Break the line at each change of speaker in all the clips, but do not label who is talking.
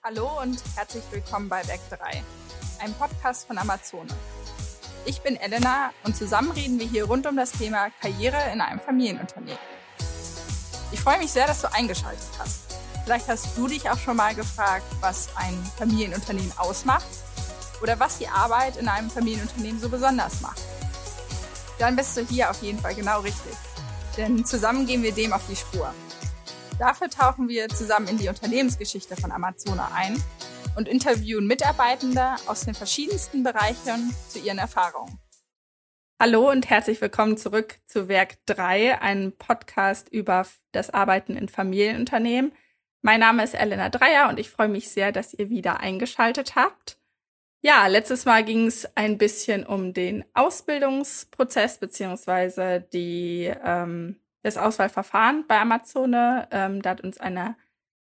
Hallo und herzlich willkommen bei Werk 3, einem Podcast von Amazone. Ich bin Elena und zusammen reden wir hier rund um das Thema Karriere in einem Familienunternehmen. Ich freue mich sehr, dass du eingeschaltet hast. Vielleicht hast du dich auch schon mal gefragt, was ein Familienunternehmen ausmacht oder was die Arbeit in einem Familienunternehmen so besonders macht. Dann bist du hier auf jeden Fall genau richtig, denn zusammen gehen wir dem auf die Spur. Dafür tauchen wir zusammen in die Unternehmensgeschichte von Amazone ein und interviewen Mitarbeitende aus den verschiedensten Bereichen zu ihren Erfahrungen. Hallo und herzlich willkommen zurück zu Werk 3, einem Podcast über das Arbeiten in Familienunternehmen. Mein Name ist Elena Dreier und ich freue mich sehr, dass ihr wieder eingeschaltet habt. Ja, letztes Mal ging es ein bisschen um den Ausbildungsprozess beziehungsweise das Auswahlverfahren bei Amazone. Da hat uns eine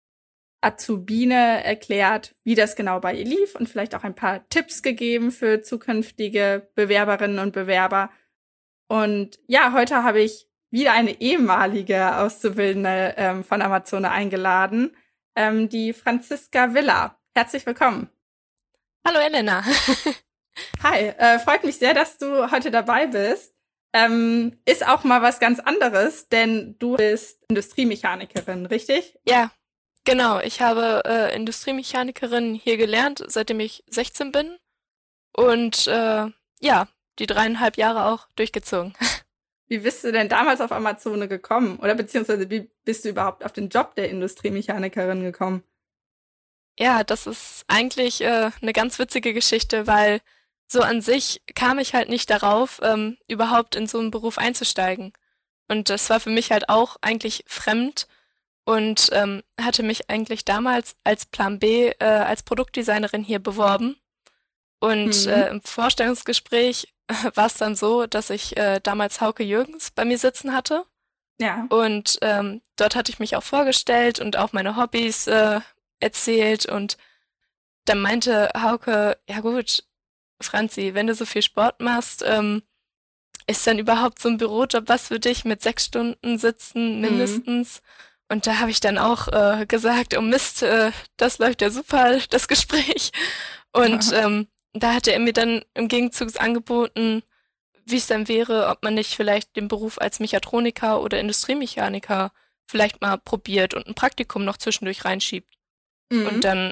Azubine erklärt, wie das genau bei ihr lief und vielleicht auch ein paar Tipps gegeben für zukünftige Bewerberinnen und Bewerber. Und ja, heute habe ich wieder eine ehemalige Auszubildende von Amazone eingeladen, die Franziska Villa. Herzlich willkommen.
Hallo Elena.
Hi, freut mich sehr, dass du heute dabei bist. Ist auch mal was ganz anderes, denn du bist Industriemechanikerin, richtig?
Ja, genau. Ich habe Industriemechanikerin hier gelernt, seitdem ich 16 bin. Und die 3,5 Jahre auch durchgezogen.
Wie bist du denn damals auf Amazone gekommen? Oder beziehungsweise wie bist du überhaupt auf den Job der Industriemechanikerin gekommen?
Ja, das ist eigentlich eine ganz witzige Geschichte, weil so an sich kam ich halt nicht darauf, überhaupt in so einen Beruf einzusteigen. Und das war für mich halt auch eigentlich fremd und hatte mich eigentlich damals als Plan B als Produktdesignerin hier beworben. Und im Vorstellungsgespräch war es dann so, dass ich damals Hauke Jürgens bei mir sitzen hatte.
Ja.
Und dort hatte ich mich auch vorgestellt und auch meine Hobbys erzählt. Und dann meinte Hauke, ja gut, Franzi, wenn du so viel Sport machst, ist dann überhaupt so ein Bürojob was für dich mit 6 Stunden sitzen mindestens? Und da habe ich dann auch gesagt, oh Mist, das läuft ja super, das Gespräch. Und da hatte er mir dann im Gegenzug angeboten, wie es dann wäre, ob man nicht vielleicht den Beruf als Mechatroniker oder Industriemechaniker vielleicht mal probiert und ein Praktikum noch zwischendurch reinschiebt. Und dann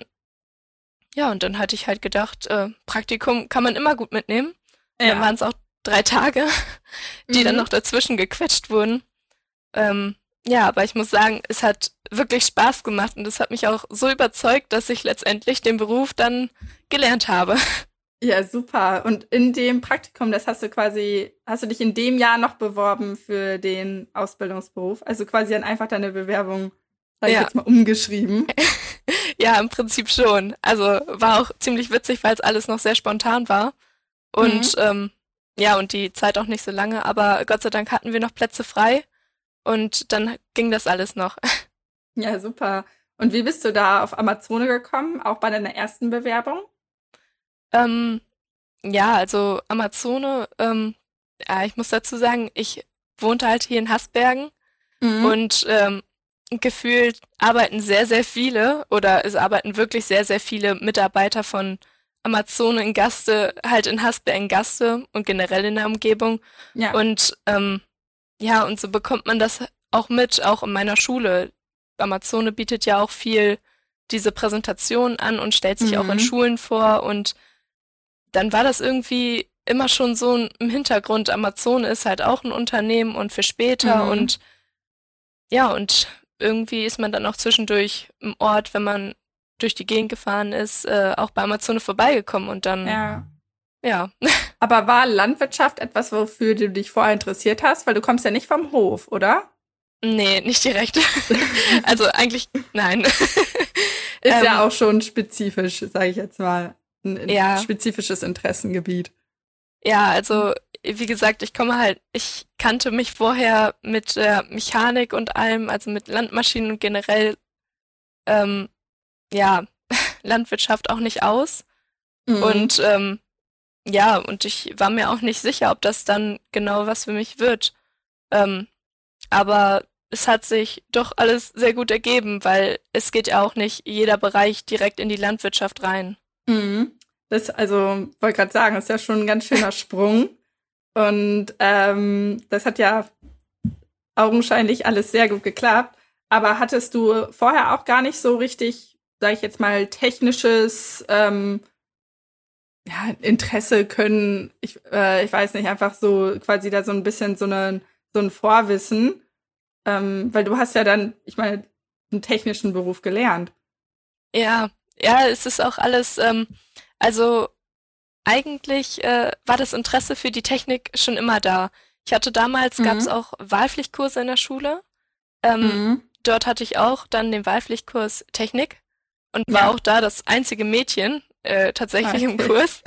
hatte ich halt gedacht, Praktikum kann man immer gut mitnehmen.
Ja.
Dann waren es auch 3 Tage, die dann noch dazwischen gequetscht wurden. Aber ich muss sagen, es hat wirklich Spaß gemacht und es hat mich auch so überzeugt, dass ich letztendlich den Beruf dann gelernt habe.
Ja, super. Und in dem Praktikum, hast du dich in dem Jahr noch beworben für den Ausbildungsberuf? Also quasi dann einfach deine Bewerbung, sag ich jetzt mal, umgeschrieben.
Ja, im Prinzip schon. Also war auch ziemlich witzig, weil es alles noch sehr spontan war. Und und die Zeit auch nicht so lange, aber Gott sei Dank hatten wir noch Plätze frei und dann ging das alles noch.
Ja, super. Und wie bist du da auf Amazone gekommen, auch bei deiner ersten Bewerbung?
Also Amazone, ich muss dazu sagen, ich wohnte halt hier in Hasbergen und gefühlt arbeiten sehr, sehr viele oder es arbeiten wirklich sehr, sehr viele Mitarbeiter von Amazone in Gaste, halt in Hasbergen-Gaste und generell in der Umgebung.
Ja.
Und und so bekommt man das auch mit, auch in meiner Schule. Amazone bietet ja auch viel diese Präsentation an und stellt sich auch in Schulen vor und dann war das irgendwie immer schon so im Hintergrund. Amazone ist halt auch ein Unternehmen und für später und irgendwie ist man dann auch zwischendurch im Ort, wenn man durch die Gegend gefahren ist, auch bei Amazone vorbeigekommen und dann, ja.
Aber war Landwirtschaft etwas, wofür du dich vorher interessiert hast? Weil du kommst ja nicht vom Hof, oder?
Nee, nicht direkt. Also eigentlich, nein.
Ist ja auch schon spezifisch, sage ich jetzt mal, ein spezifisches Interessengebiet.
Ja, also wie gesagt, ich kannte mich vorher mit Mechanik und allem, also mit Landmaschinen und generell Landwirtschaft auch nicht aus. Und und ich war mir auch nicht sicher, ob das dann genau was für mich wird. Aber es hat sich doch alles sehr gut ergeben, weil es geht ja auch nicht jeder Bereich direkt in die Landwirtschaft rein.
Mhm. Das, also, wollte gerade sagen, ist ja schon ein ganz schöner Sprung. Und das hat ja augenscheinlich alles sehr gut geklappt. Aber hattest du vorher auch gar nicht so richtig, sage ich jetzt mal, technisches ja, Interesse können, ich weiß nicht, einfach so quasi da so ein bisschen so ein Vorwissen, weil du hast ja dann, ich meine, einen technischen Beruf gelernt.
Ja, ja, es ist auch alles, also eigentlich war das Interesse für die Technik schon immer da. Ich hatte damals, gab es
Mhm.
auch Wahlpflichtkurse in der Schule. Ähm,
Mhm.
dort hatte ich auch dann den Wahlpflichtkurs Technik und war
Ja,
auch da das einzige Mädchen tatsächlich im
okay.
Kurs.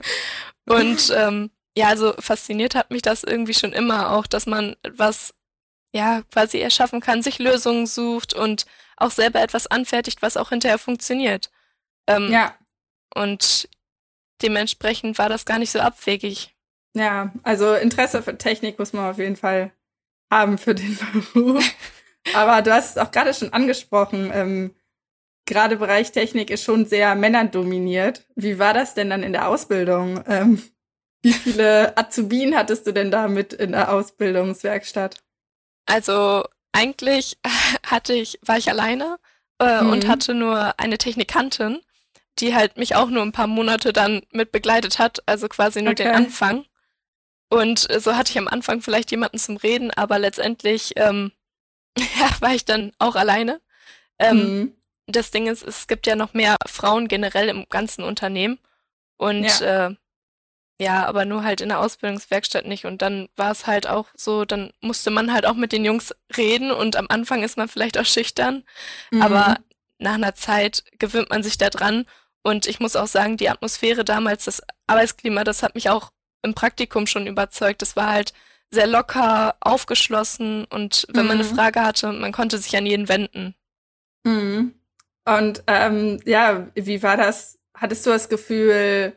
Und ja, also fasziniert hat mich das irgendwie schon immer auch, dass man was ja quasi erschaffen kann, sich Lösungen sucht und auch selber etwas anfertigt, was auch hinterher funktioniert. Ähm,
Ja,
und dementsprechend war das gar nicht so abwegig.
ja, also Interesse für Technik muss man auf jeden Fall haben für den Beruf. Aber du hast es auch gerade schon angesprochen, gerade Bereich Technik ist schon sehr männerdominiert. Wie war das denn dann in der Ausbildung? Wie viele Azubinen hattest du denn da mit in der Ausbildungswerkstatt?
Also eigentlich war ich alleine und
Mhm.
hatte nur eine Technikantin, die halt mich auch nur ein paar Monate dann mit begleitet hat, also quasi nur den
Okay.
Anfang. Und so hatte ich am Anfang vielleicht jemanden zum Reden, aber letztendlich ja, war ich dann auch alleine. Ähm,
Mhm.
das Ding ist, es gibt ja noch mehr Frauen generell im ganzen Unternehmen und
Ja.
ja, aber nur halt in der Ausbildungswerkstatt nicht. Und dann war es halt auch so, dann musste man halt auch mit den Jungs reden und am Anfang ist man vielleicht auch schüchtern, aber
Mhm.
nach einer Zeit gewöhnt man sich da dran. Und ich muss auch sagen, die Atmosphäre damals, das Arbeitsklima, das hat mich auch im Praktikum schon überzeugt. Das war halt sehr locker, aufgeschlossen und wenn man eine
Mhm.
Frage hatte, man konnte sich an jeden wenden.
Mhm. Und ja, wie war das? Hattest du das Gefühl,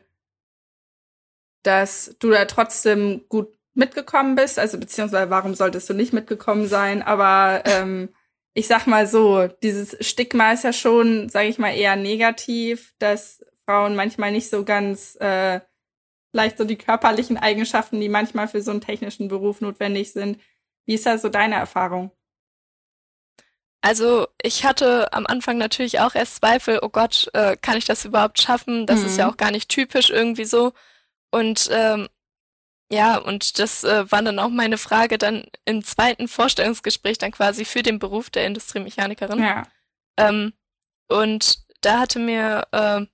dass du da trotzdem gut mitgekommen bist? Also beziehungsweise warum solltest du nicht mitgekommen sein? Aber ich sag mal so, dieses Stigma ist ja schon, sage ich mal, eher negativ, dass Frauen manchmal nicht so ganz vielleicht so die körperlichen Eigenschaften, die manchmal für so einen technischen Beruf notwendig sind. Wie ist da so deine Erfahrung?
Also ich hatte am Anfang natürlich auch erst Zweifel, oh Gott, kann ich das überhaupt schaffen? Das ist ja
Mhm.
auch gar nicht typisch irgendwie so. Und ja, und das war dann auch meine Frage dann im zweiten Vorstellungsgespräch dann quasi für den Beruf der Industriemechanikerin.
Ja.
Ähm, und da hatte mir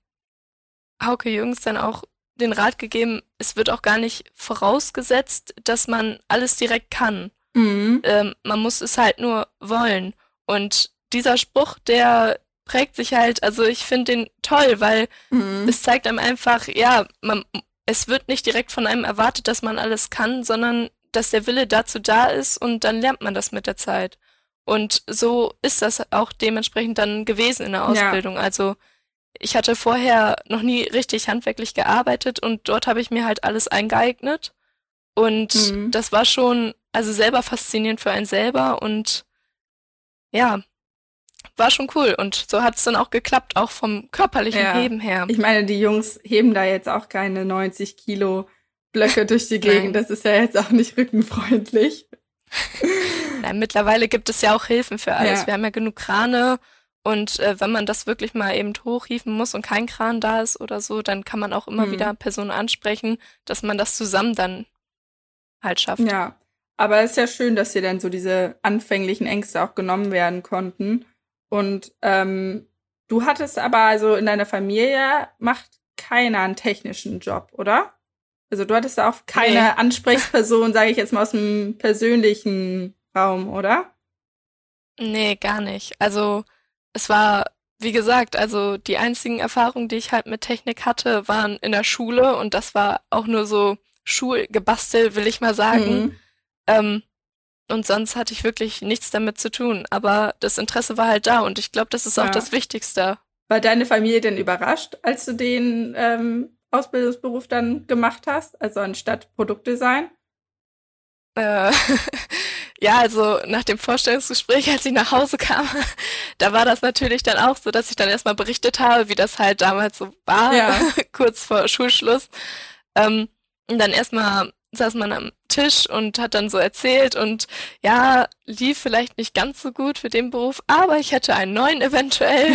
Hauke Jürgens dann auch den Rat gegeben, es wird auch gar nicht vorausgesetzt, dass man alles direkt kann.
Mhm.
Man muss es halt nur wollen. Und dieser Spruch, der prägt sich halt, also ich finde den toll, weil
Mhm.
es zeigt einem einfach, ja, es wird nicht direkt von einem erwartet, dass man alles kann, sondern dass der Wille dazu da ist und dann lernt man das mit der Zeit. Und so ist das auch dementsprechend dann gewesen in der
Ja.
Ausbildung. Also ich hatte vorher noch nie richtig handwerklich gearbeitet und dort habe ich mir halt alles eingeeignet. Und
Mhm.
das war schon, also selber faszinierend für einen selber und ja, war schon cool. Und so hat es dann auch geklappt, auch vom körperlichen
Ja.
Heben her.
Ich meine, die Jungs heben da jetzt auch keine 90 Kilo Blöcke durch die Gegend.
Nein.
Das ist ja jetzt auch nicht rückenfreundlich.
Nein, mittlerweile gibt es ja auch Hilfen für alles.
Ja.
Wir haben ja genug Krane und wenn man das wirklich mal eben hochhieven muss und kein Kran da ist oder so, dann kann man auch immer
Mhm.
wieder Personen ansprechen, dass man das zusammen dann halt schafft.
Ja. Aber es ist ja schön, dass dir dann so diese anfänglichen Ängste auch genommen werden konnten. Und du hattest aber also in deiner Familie macht keiner einen technischen Job, oder? Also du hattest da auch
Nee,
keine Ansprechperson, sage ich jetzt mal aus dem persönlichen Raum, oder?
nee, gar nicht. Also es war, wie gesagt, also die einzigen Erfahrungen, die ich halt mit Technik hatte, waren in der Schule und das war auch nur so Schulgebastel, will ich mal sagen.
Mhm.
Ähm, und sonst hatte ich wirklich nichts damit zu tun. Aber das Interesse war halt da und ich glaube, das ist auch das
Ja.
Wichtigste.
War deine Familie denn überrascht, als du den Ausbildungsberuf dann gemacht hast, also anstatt Produktdesign?
Äh, Ja, also nach dem Vorstellungsgespräch, als ich nach Hause kam, da war das natürlich dann auch so, dass ich dann erstmal berichtet habe, wie das halt damals so war,
Ja.
kurz vor Schulschluss. Ähm, und dann erstmal saß man am Tisch und hat dann so erzählt und ja, lief vielleicht nicht ganz so gut für den Beruf, aber ich hätte einen neuen eventuell.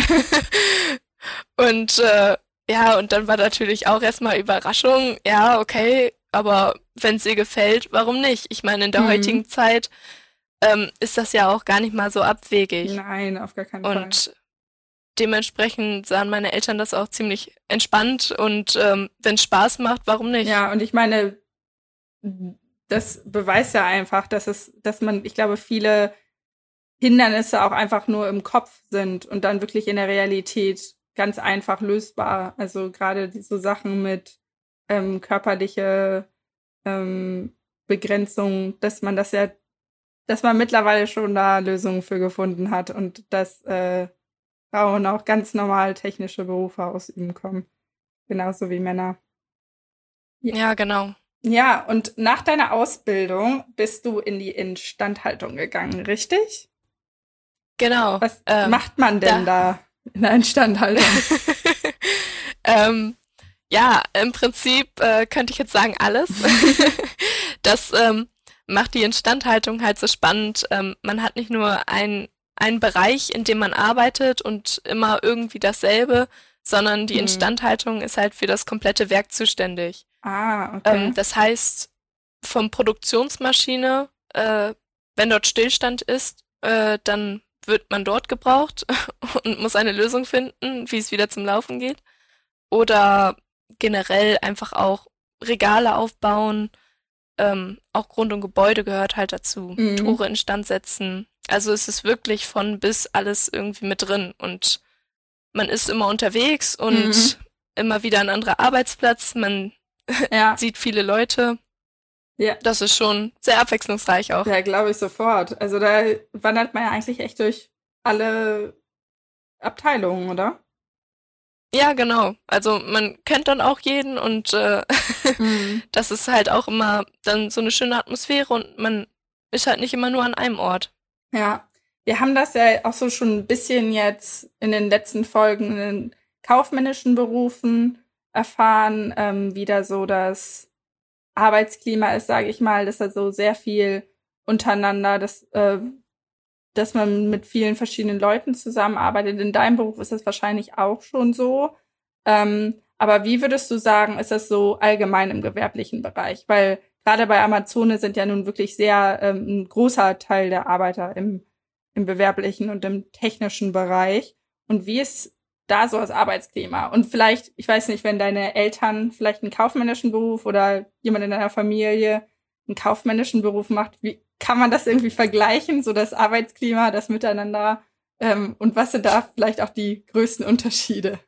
Und ja, und dann war natürlich auch erstmal Überraschung, ja, okay, aber wenn es ihr gefällt, warum nicht? Ich meine, in der
Mhm.
heutigen Zeit ist das ja auch gar nicht mal so abwegig.
Nein, auf gar keinen Fall.
Und dementsprechend sahen meine Eltern das auch ziemlich entspannt und wenn es Spaß macht, warum nicht?
Ja, und ich meine, das beweist ja einfach, dass man, ich glaube, viele Hindernisse auch einfach nur im Kopf sind und dann wirklich in der Realität ganz einfach lösbar. Also gerade so Sachen mit körperliche Begrenzung, dass man mittlerweile schon da Lösungen für gefunden hat und dass Frauen auch ganz normal technische Berufe ausüben können. Genauso wie Männer. Ja.
Ja, genau.
Ja, und nach deiner Ausbildung bist du in die Instandhaltung gegangen, richtig?
Genau.
Was macht man denn
Da.
da in der Instandhaltung?
ähm, ja, im Prinzip könnte ich jetzt sagen alles. Das macht die Instandhaltung halt so spannend. Man hat nicht nur einen Bereich, in dem man arbeitet und immer irgendwie dasselbe, sondern die
Hm.
Instandhaltung ist halt für das komplette Werk zuständig.
Ah, okay.
Das heißt, vom Produktionsmaschine, wenn dort Stillstand ist, dann wird man dort gebraucht und muss eine Lösung finden, wie es wieder zum Laufen geht. Oder generell einfach auch Regale aufbauen. Auch Grund und Gebäude gehört halt dazu.
Mhm.
Tore instand setzen. Also es ist wirklich von bis alles irgendwie mit drin. Und man ist immer unterwegs
Mhm.
und immer wieder ein anderer Arbeitsplatz. Man
Ja,
sieht viele Leute.
ja,
Das ist schon sehr abwechslungsreich auch.
ja, glaube ich sofort. Also da wandert man ja eigentlich echt durch alle Abteilungen, oder?
Ja, genau. Also man kennt dann auch jeden und
Mhm.
das ist halt auch immer dann so eine schöne Atmosphäre und man ist halt nicht immer nur an einem Ort.
Ja, wir haben das ja auch so schon ein bisschen jetzt in den letzten Folgen in den kaufmännischen Berufen erfahren, wie da so das Arbeitsklima ist, sage ich mal, dass da so sehr viel untereinander, dass man mit vielen verschiedenen Leuten zusammenarbeitet. In deinem Beruf ist das wahrscheinlich auch schon so. Aber wie würdest du sagen, ist das so allgemein im gewerblichen Bereich? Weil gerade bei Amazone sind ja nun wirklich sehr ein großer Teil der Arbeiter im gewerblichen und im technischen Bereich. Und wie ist da so das Arbeitsklima? Und vielleicht, ich weiß nicht, wenn deine Eltern vielleicht einen kaufmännischen Beruf oder jemand in deiner Familie einen kaufmännischen Beruf macht, wie kann man das irgendwie vergleichen, so das Arbeitsklima, das Miteinander? Und was sind da vielleicht auch die größten Unterschiede?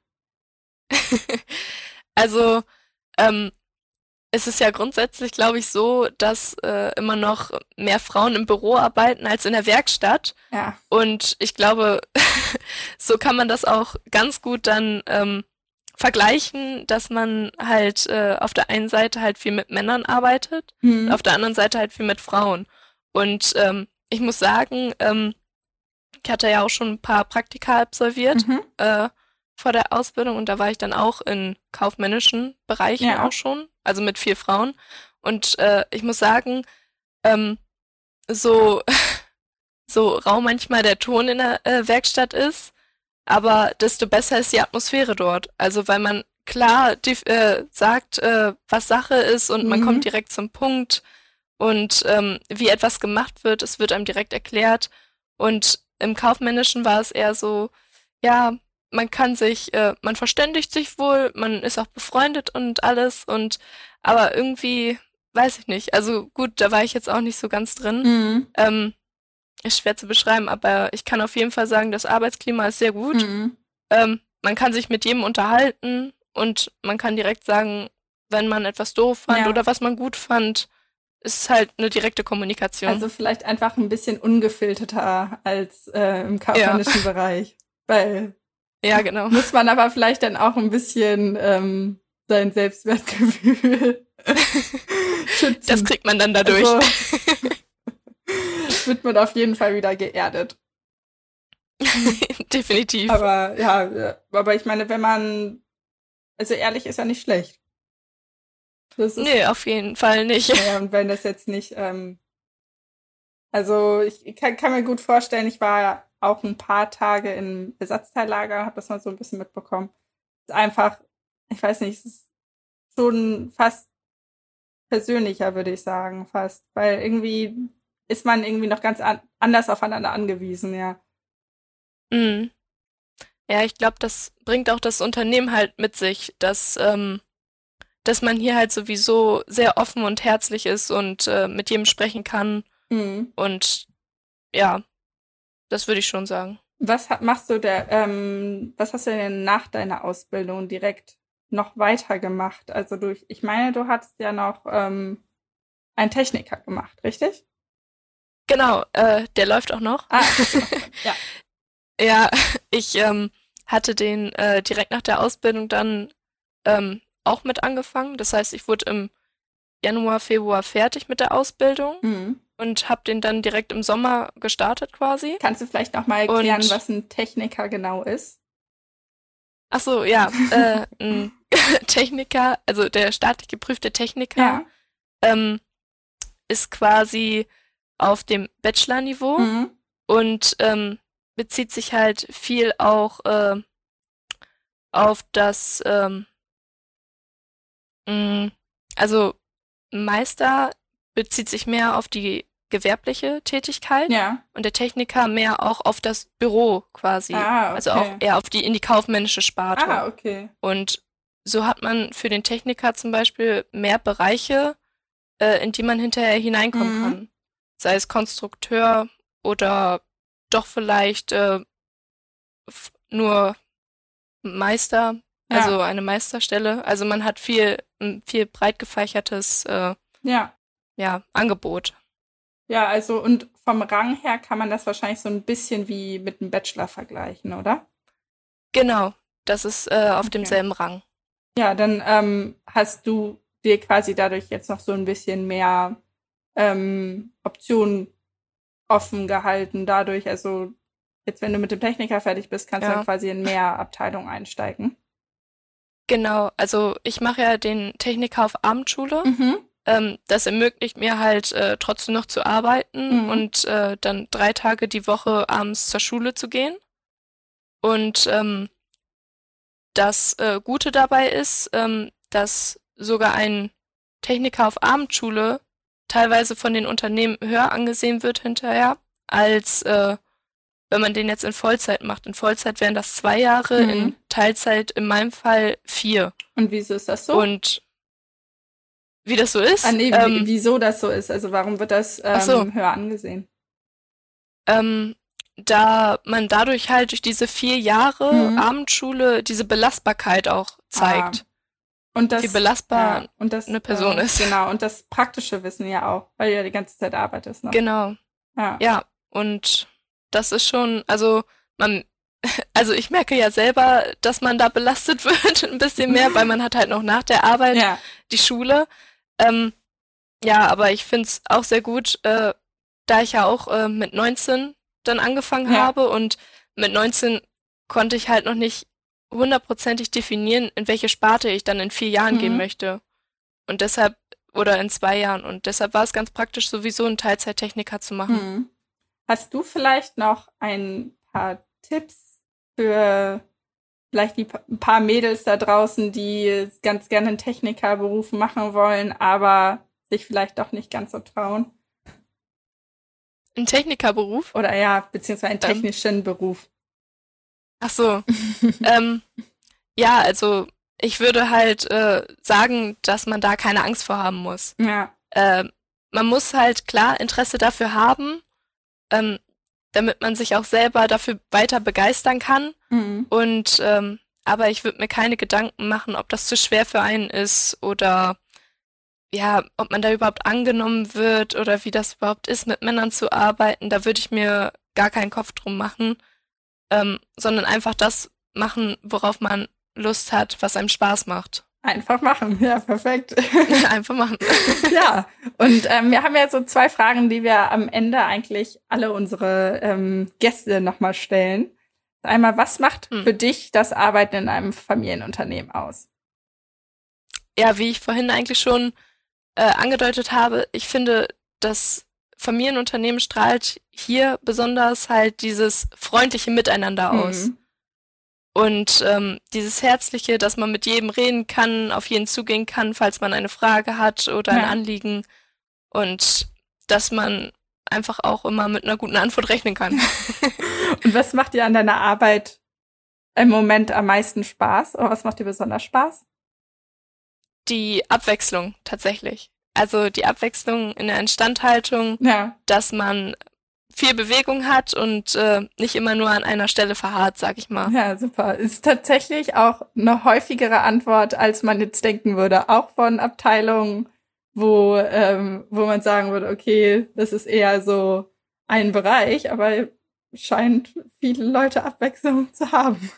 Also, ähm, es ist ja grundsätzlich, glaube ich, so, dass immer noch mehr Frauen im Büro arbeiten als in der Werkstatt.
Ja.
Und ich glaube, so kann man das auch ganz gut dann vergleichen, dass man halt auf der einen Seite halt viel mit Männern arbeitet,
Hm.
auf der anderen Seite halt viel mit Frauen. Und ich muss sagen, ich hatte ja auch schon ein paar Praktika absolviert
Mhm.
vor der Ausbildung und da war ich dann auch in kaufmännischen Bereichen auch
Ja.
schon, also mit vier Frauen. Und ich muss sagen, ähm, so, so rau manchmal der Ton in der Werkstatt ist, aber desto besser ist die Atmosphäre dort. Also weil man klar sagt, was Sache ist und man kommt
Mhm.
direkt zum Punkt und wie etwas gemacht wird, es wird einem direkt erklärt. Und im Kaufmännischen war es eher so, ja, man verständigt sich wohl, man ist auch befreundet und alles und aber irgendwie, weiß ich nicht. Also gut, da war ich jetzt auch nicht so ganz drin.
Mhm.
Ist schwer zu beschreiben, aber ich kann auf jeden Fall sagen, das Arbeitsklima ist sehr gut.
Mhm.
Man kann sich mit jedem unterhalten und man kann direkt sagen, wenn man etwas doof fand
Ja.
oder was man gut fand, ist halt eine direkte Kommunikation.
Also vielleicht einfach ein bisschen ungefilterter als im
Ja,
kaufmännischen Bereich. Weil
ja, genau.
muss man aber vielleicht dann auch ein bisschen sein Selbstwertgefühl
Das
schützen.
kriegt man dann dadurch.
Also wird man auf jeden Fall wieder geerdet.
Definitiv.
Aber ja, aber ich meine, wenn man, also ehrlich ist ja nicht schlecht. Das ist,
Nee, auf jeden Fall nicht.
ja, und wenn das jetzt nicht, also ich kann mir gut vorstellen, ich war ja auch ein paar Tage im Ersatzteillager, habe das mal so ein bisschen mitbekommen. Es ist einfach, ich weiß nicht, es ist schon fast persönlicher, würde ich sagen, fast. Weil irgendwie ist man irgendwie noch ganz anders aufeinander angewiesen, ja.
Mhm. Ja, ich glaube, das bringt auch das Unternehmen halt mit sich, dass man hier halt sowieso sehr offen und herzlich ist und mit jedem sprechen kann.
Mhm.
Und ja, das würde ich schon sagen.
Was hast du denn nach deiner Ausbildung direkt noch weitergemacht? Also ich meine, du hattest ja noch einen Techniker gemacht, richtig?
Genau, der läuft auch noch.
Ah, hast du noch gemacht. Ja.
Ja, ich hatte den direkt nach der Ausbildung dann auch mit angefangen. Das heißt, ich wurde im Januar, Februar fertig mit der Ausbildung
Mhm.
und habe den dann direkt im Sommer gestartet quasi.
Kannst du vielleicht noch mal erklären,
Und
was ein Techniker genau ist?
ach so, ja, ein Techniker, also der staatlich geprüfte Techniker,
Ja.
ähm, ist quasi auf dem Bachelor-Niveau
Mhm.
und bezieht sich halt viel auch auf das, mh, also Meister bezieht sich mehr auf die gewerbliche Tätigkeit
Ja.
und der Techniker mehr auch auf das Büro quasi,
Ah,
also auch
okay.
eher in die kaufmännische Sparte.
Ah, okay.
Und so hat man für den Techniker zum Beispiel mehr Bereiche, in die man hinterher hineinkommen
Mhm.
kann. Sei es Konstrukteur oder doch vielleicht nur Meister,
Ja.
also eine Meisterstelle. Also man hat ein viel breit gefächertes
Ja.
ja, Angebot.
Ja, also und vom Rang her kann man das wahrscheinlich so ein bisschen wie mit einem Bachelor vergleichen, oder?
Genau, das ist auf
Okay.
demselben Rang.
Ja, dann hast du dir quasi dadurch jetzt noch so ein bisschen mehr Optionen offen gehalten. Dadurch, also jetzt, wenn du mit dem Techniker fertig bist, kannst du dann
Ja,
quasi in mehr Abteilungen einsteigen.
genau. Also ich mache ja den Techniker auf Abendschule.
Mhm.
Das ermöglicht mir halt trotzdem noch zu arbeiten
Mhm.
und dann 3 Tage die Woche abends zur Schule zu gehen. Und das Gute dabei ist, dass sogar ein Techniker auf Abendschule teilweise von den Unternehmen höher angesehen wird hinterher, als wenn man den jetzt in Vollzeit macht. In Vollzeit wären das 2 Jahre, in
Mhm.
Teilzeit in meinem Fall 4.
Und wieso ist das so?
Und wie das so
Ah,
ist,
nee, wieso das so ist? Also warum wird das
ach so,
höher angesehen?
ähm, da man dadurch halt durch diese 4 Jahre
Mhm.
Abendschule diese Belastbarkeit auch
Ah,
zeigt,
und
wie
das, ja,
belastbar
und das,
eine Person ist.
genau, und das praktische Wissen ja auch, weil du ja die ganze Zeit arbeitest, ne?
Genau,
Ja.
ja. Und das ist schon, also man, also ich merke ja selber, dass man da belastet wird ein bisschen mehr, weil man hat halt noch nach der Arbeit
Ja.
die Schule. Ähm, ja, aber ich finde es auch sehr gut, da ich ja auch mit 19 dann angefangen
Ja.
habe und mit 19 konnte ich halt noch nicht hundertprozentig definieren, in welche Sparte ich dann in 4 Jahren gehen
Mhm.
möchte. Und deshalb, oder in 2 Jahren. Und deshalb war es ganz praktisch, sowieso einen Teilzeittechniker zu machen.
Mhm. Hast du vielleicht noch ein paar Tipps für vielleicht ein paar Mädels da draußen, die ganz gerne einen Technikerberuf machen wollen, aber sich vielleicht doch nicht ganz so trauen?
Ein Technikerberuf?
Oder ja, beziehungsweise einen
Ähm,
technischen Beruf.
ach so. Ähm, ja, also ich würde halt sagen, dass man da keine Angst vor haben muss.
Ja.
Ähm, Man muss halt klar Interesse dafür haben, ähm, damit man sich auch selber dafür weiter begeistern kann.
Mhm.
Und aber ich würde mir keine Gedanken machen, ob das zu schwer für einen ist oder ja, ob man da überhaupt angenommen wird oder wie das überhaupt ist, mit Männern zu arbeiten. Da würde ich mir gar keinen Kopf drum machen, sondern einfach das machen, worauf man Lust hat, was einem Spaß macht.
Einfach machen, ja, perfekt.
Einfach machen.
Ja, und wir haben ja so 2 Fragen, die wir am Ende eigentlich alle unsere Gäste nochmal stellen. Einmal, was macht für dich das Arbeiten in einem Familienunternehmen aus?
Ja, wie ich vorhin eigentlich schon angedeutet habe, ich finde, das Familienunternehmen strahlt hier besonders halt dieses freundliche Miteinander aus.
Mhm.
Und dieses Herzliche, dass man mit jedem reden kann, auf jeden zugehen kann, falls man eine Frage hat oder ein
Ja.
Anliegen. Und dass man einfach auch immer mit einer guten Antwort rechnen kann.
Und was macht dir an deiner Arbeit im Moment am meisten Spaß? Oder was macht dir besonders Spaß?
Die Abwechslung tatsächlich. Also die Abwechslung in der Instandhaltung,
Ja.
dass man viel Bewegung hat und nicht immer nur an einer Stelle verharrt, sag ich mal.
Ja, super. Ist tatsächlich auch eine häufigere Antwort, als man jetzt denken würde. Auch von Abteilungen, wo man sagen würde, okay, das ist eher so ein Bereich, aber scheint viele Leute Abwechslung zu haben.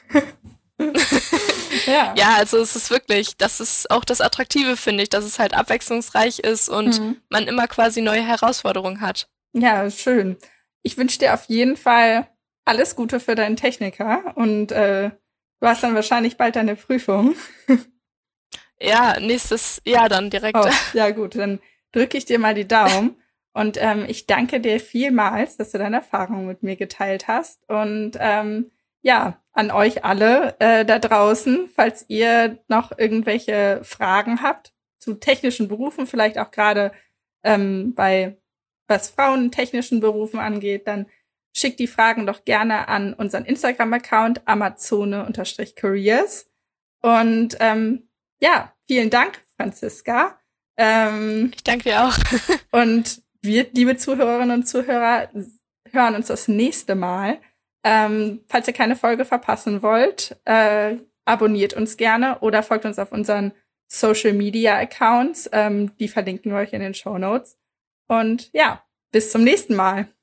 Ja.
Ja, also es ist wirklich, das ist auch das Attraktive, finde ich, dass es halt abwechslungsreich ist und man immer quasi neue Herausforderungen hat.
Ja, schön. Ich wünsche dir auf jeden Fall alles Gute für deinen Techniker und du hast dann wahrscheinlich bald deine Prüfung.
Ja, nächstes Jahr dann direkt.
Oh, ja gut, dann drücke ich dir mal die Daumen und ich danke dir vielmals, dass du deine Erfahrungen mit mir geteilt hast und ja, an euch alle da draußen, falls ihr noch irgendwelche Fragen habt zu technischen Berufen, vielleicht auch gerade bei was Frauen technischen Berufen angeht, dann schickt die Fragen doch gerne an unseren Instagram-Account amazone_careers. Und ja, vielen Dank, Franziska.
Ich danke dir auch.
Und wir, liebe Zuhörerinnen und Zuhörer, hören uns das nächste Mal. Falls ihr keine Folge verpassen wollt, abonniert uns gerne oder folgt uns auf unseren Social-Media-Accounts. Die verlinken wir euch in den Shownotes. Und ja, bis zum nächsten Mal.